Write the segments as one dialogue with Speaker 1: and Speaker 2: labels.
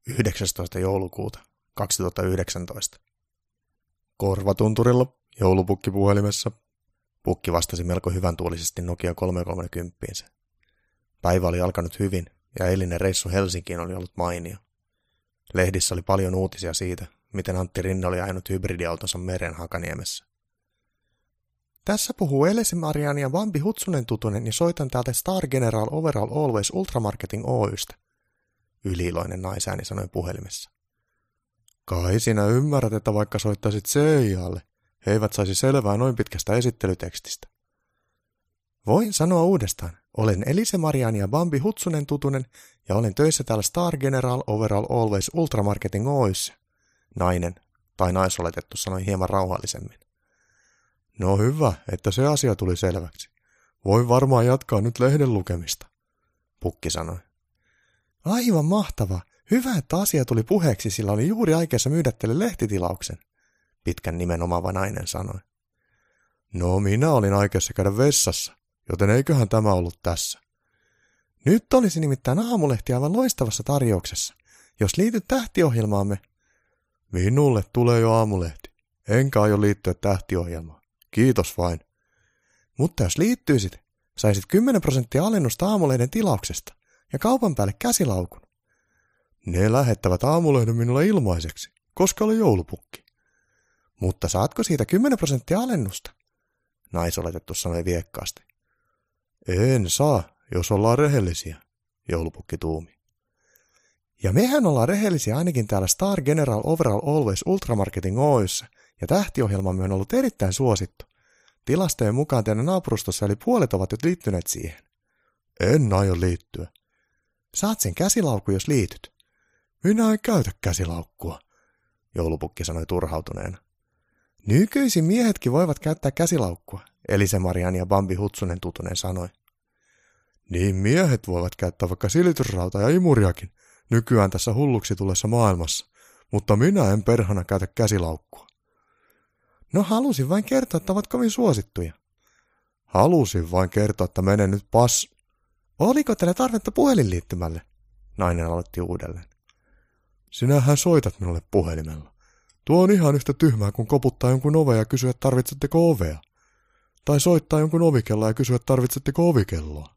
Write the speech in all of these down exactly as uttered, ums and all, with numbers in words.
Speaker 1: yhdeksästoista joulukuuta kaksituhattayhdeksäntoista. Korvatunturilla joulupukkipuhelimessa. Pukki vastasi melko hyvän tuulisesti Nokia kolmesataakolmekymmentä. Päivä oli alkanut hyvin ja eilinen reissu Helsinkiin oli ollut mainio. Lehdissä oli paljon uutisia siitä, miten Antti Rinne oli ajanut hybridiautonsa meren Hakaniemessä. Tässä puhuu Elise Mariani ja Bambi Hutsunen Tutunen ja soitan täältä Star General Overall Always Ultramarketing Oystä. Yliiloinen naisääni sanoi puhelimessa. Kai sinä ymmärrät, että vaikka soittaisit C I A:lle, he eivät saisi selvää noin pitkästä esittelytekstistä. Voin sanoa uudestaan. Olen Elise Mariani ja Bambi Hutsunen Tutunen ja olen töissä täällä Star General Overall Always Ultramarketing Oyssä. Nainen, tai naisoletettu, sanoi hieman rauhallisemmin. No hyvä, että se asia tuli selväksi. Voin varmaan jatkaa nyt lehden lukemista, Pukki sanoi. Aivan mahtavaa. Hyvä, että asia tuli puheeksi, sillä oli juuri aikeessa myydä teille lehtitilauksen, pitkän nimen omaava nainen sanoi. No minä olin aikeessa käydä vessassa, joten eiköhän tämä ollut tässä. Nyt olisi nimittäin aamulehti aivan loistavassa tarjouksessa. Jos liityt tähtiohjelmaamme. Minulle tulee jo aamulehti. Enkä aio liittyä tähtiohjelmaan. Kiitos vain. Mutta jos liittyisit, saisit kymmenen prosenttia alennusta aamulehden tilauksesta ja kaupan päälle käsilaukun. Ne lähettävät aamulehden minulle ilmaiseksi, koska olen joulupukki. Mutta saatko siitä kymmenen prosenttia alennusta? Naisoletettu sanoi viekkaasti. En saa, jos ollaan rehellisiä, joulupukki tuumi. Ja mehän ollaan rehellisiä ainakin täällä Star General Overall Always Ultramarketing Oyssä, ja tähtiohjelmamme on ollut erittäin suosittu. Tilastojen mukaan teidän naapurustossa eli puolet ovat jo liittyneet siihen. En aio liittyä. Saat sen käsilaukku, jos liityt. Minä en käytä käsilaukkua, joulupukki sanoi turhautuneena. Nykyisin miehetkin voivat käyttää käsilaukkua, Elise Mariani ja Bambi Hutsunen Tutunen sanoi. Niin miehet voivat käyttää vaikka silitysrautaa ja imuriakin nykyään tässä hulluksi tulessa maailmassa, mutta minä en perhana käytä käsilaukkua. No halusin vain kertoa, että ovat kovin suosittuja. Halusin vain kertoa, että menen nyt pas... Oliko teillä tarvetta puhelinliittymälle? Nainen aloitti uudelleen. Sinähän soitat minulle puhelimella. Tuo on ihan yhtä tyhmää, kun koputtaa jonkun ovea ja kysyä, tarvitsetteko ovea. Tai soittaa jonkun ovikelloa ja kysyä, tarvitsetteko ovikelloa.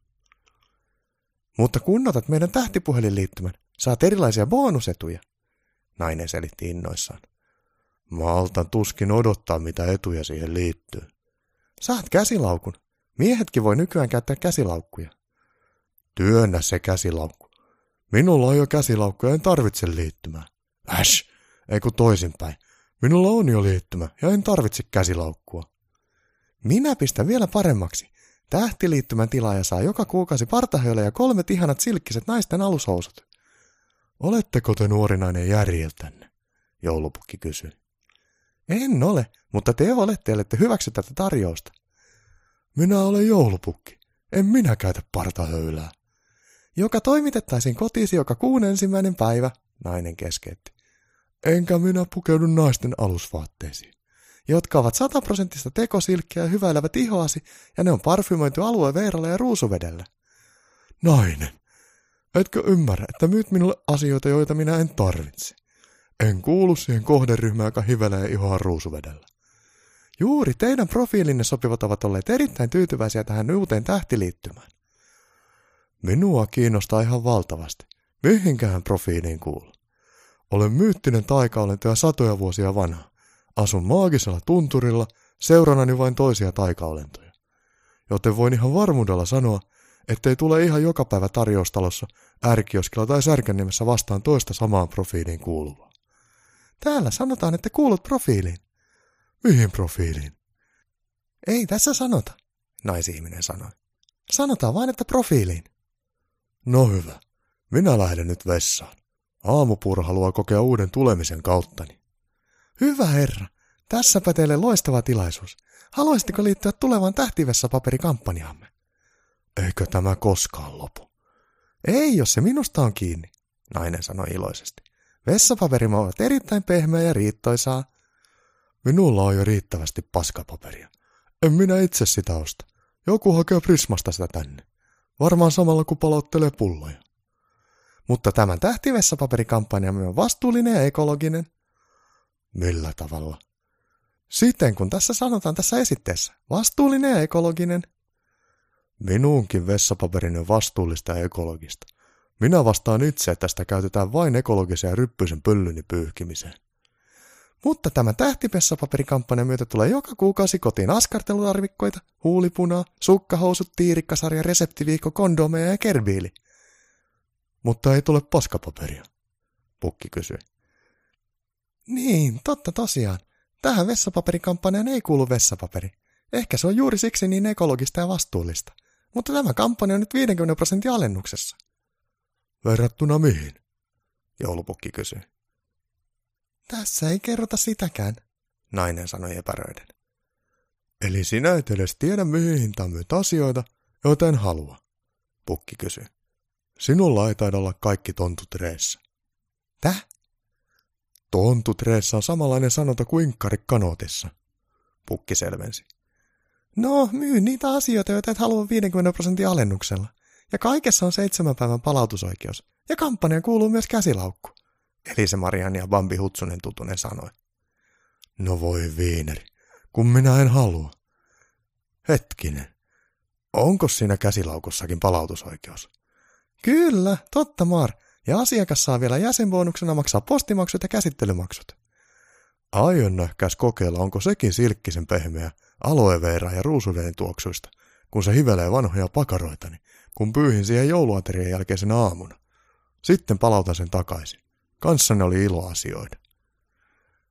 Speaker 1: Mutta kun otat meidän tähtipuhelinliittymän, saat erilaisia bonusetuja. Nainen selitti innoissaan. Maltan tuskin odottaa, mitä etuja siihen liittyy. Saat käsilaukun. Miehetkin voi nykyään käyttää käsilaukkuja. Työnnä se käsilaukku. Minulla on jo käsilaukku ja en tarvitse liittymää. Äsh, ei kun toisinpäin. Minulla on jo liittymä ja en tarvitse käsilaukkua. Minä pistän vielä paremmaksi. Tähtiliittymän tilaaja saa joka kuukausi partahöylä ja kolmet ihanat silkkiset naisten alushousut. Oletteko te nuori nainen järjeltänne? Joulupukki kysyi. En ole, mutta te olette, ellette hyväksy tätä tarjousta. Minä olen joulupukki. En minä käytä partahöylää. Joka toimitettaisiin kotiisi joka kuun ensimmäinen päivä, nainen keskeytti. Enkä minä pukeudu naisten alusvaatteisiin, jotka ovat sataprosenttista tekosilkkiä ja hyväilevät ihoasi, ja ne on parfymoitu alueveeralla ja ruusuvedellä. Nainen, etkö ymmärrä, että myyt minulle asioita, joita minä en tarvitse? En kuulu siihen kohderyhmään, joka hivelee ihoa ruusuvedellä. Juuri teidän profiilinne sopivat ovat olleet erittäin tyytyväisiä tähän uuteen tähtiliittymään. Minua kiinnostaa ihan valtavasti. Mihinkähän profiiliin kuuluu? Olen myyttinen taikaolento ja satoja vuosia vanha. Asun maagisella tunturilla, seurannani vain toisia taikaolentoja. Joten voin ihan varmuudella sanoa, ettei tule ihan joka päivä tarjoustalossa, ärkioskilla tai Särkännimessä vastaan toista samaan profiiliin kuuluvaa. Täällä sanotaan, että kuulut profiiliin. Mihin profiiliin? Ei tässä sanota, naisihminen sanoi. Sanotaan vain, että profiiliin. No hyvä, minä lähden nyt vessaan. Aamupuuro haluaa kokea uuden tulemisen kauttani. Hyvä herra, tässäpä teille loistava tilaisuus. Haluaisitteko liittyä tulevaan tähtivessapaperikampanjaamme? Eikö tämä koskaan lopu? Ei, jos se minusta on kiinni, nainen sanoi iloisesti. Vessapaperimme ovat erittäin pehmeä ja riittoisaa. Minulla on jo riittävästi paskapaperia. En minä itse sitä osta. Joku hakee Prismasta sitä tänne. Varmaan samalla kun palauttelee pulloja. Mutta tämän tähtivessapaperikampanja on vastuullinen ja ekologinen. Millä tavalla? Siten kun tässä sanotaan tässä esitteessä. Vastuullinen ja ekologinen. Minunkin vessapaperini on vastuullista ja ekologista. Minä vastaan itse, että tästä käytetään vain ekologisen ja ryppyisen pöllyni pyyhkimiseen. Mutta tämän tähtivessapaperikampanja myötä tulee joka kuukausi kotiin askartelutarvikkoita, huulipunaa, sukkahousut, tiirikkasarja, reseptiviikko, kondomeja ja kerbiili. Mutta ei tule paskapaperia, Pukki kysyi. Niin, totta tosiaan. Tähän vessapaperikampajaan ei kuulu vessapaperi. Ehkä se on juuri siksi niin ekologista ja vastuullista. Mutta tämä kampanja on nyt viidenkymmenen prosentin alennuksessa. Verrattuna mihin? Joulupukki kysyi. Tässä ei kerrota sitäkään, nainen sanoi epäröiden. Eli sinä et edes tiedä mihin hintaan myyt asioita, joita en halua, Pukki kysyi. Sinulla ei taida olla kaikki tontut reessä. Täh? Tontut reessä on samanlainen sanonta kuin inkkari kanotissa, Pukki selvensi. No, myy niitä asioita, joita et halua viidenkymmenen prosentin alennuksella. Ja kaikessa on seitsemän päivän palautusoikeus. Ja kampanjaan kuuluu myös käsilaukku, Elise Marianne ja Bambi Hutsunen Tutunen sanoi. No voi viineri, kun minä en halua. Hetkinen, onko siinä käsilaukussakin palautusoikeus? Kyllä, totta Mar, ja asiakas saa vielä jäsenbonuksena maksaa postimaksut ja käsittelymaksut. Aion nähkäs kokeilla, onko sekin silkkisen pehmeä, aloe vera ja ruusuveden tuoksuista, kun se hivelee vanhoja pakaroitani, kun pyyhin siihen jouluaterian jälkeisenä aamuna. Sitten palautan sen takaisin. Kanssani oli ilo asioida.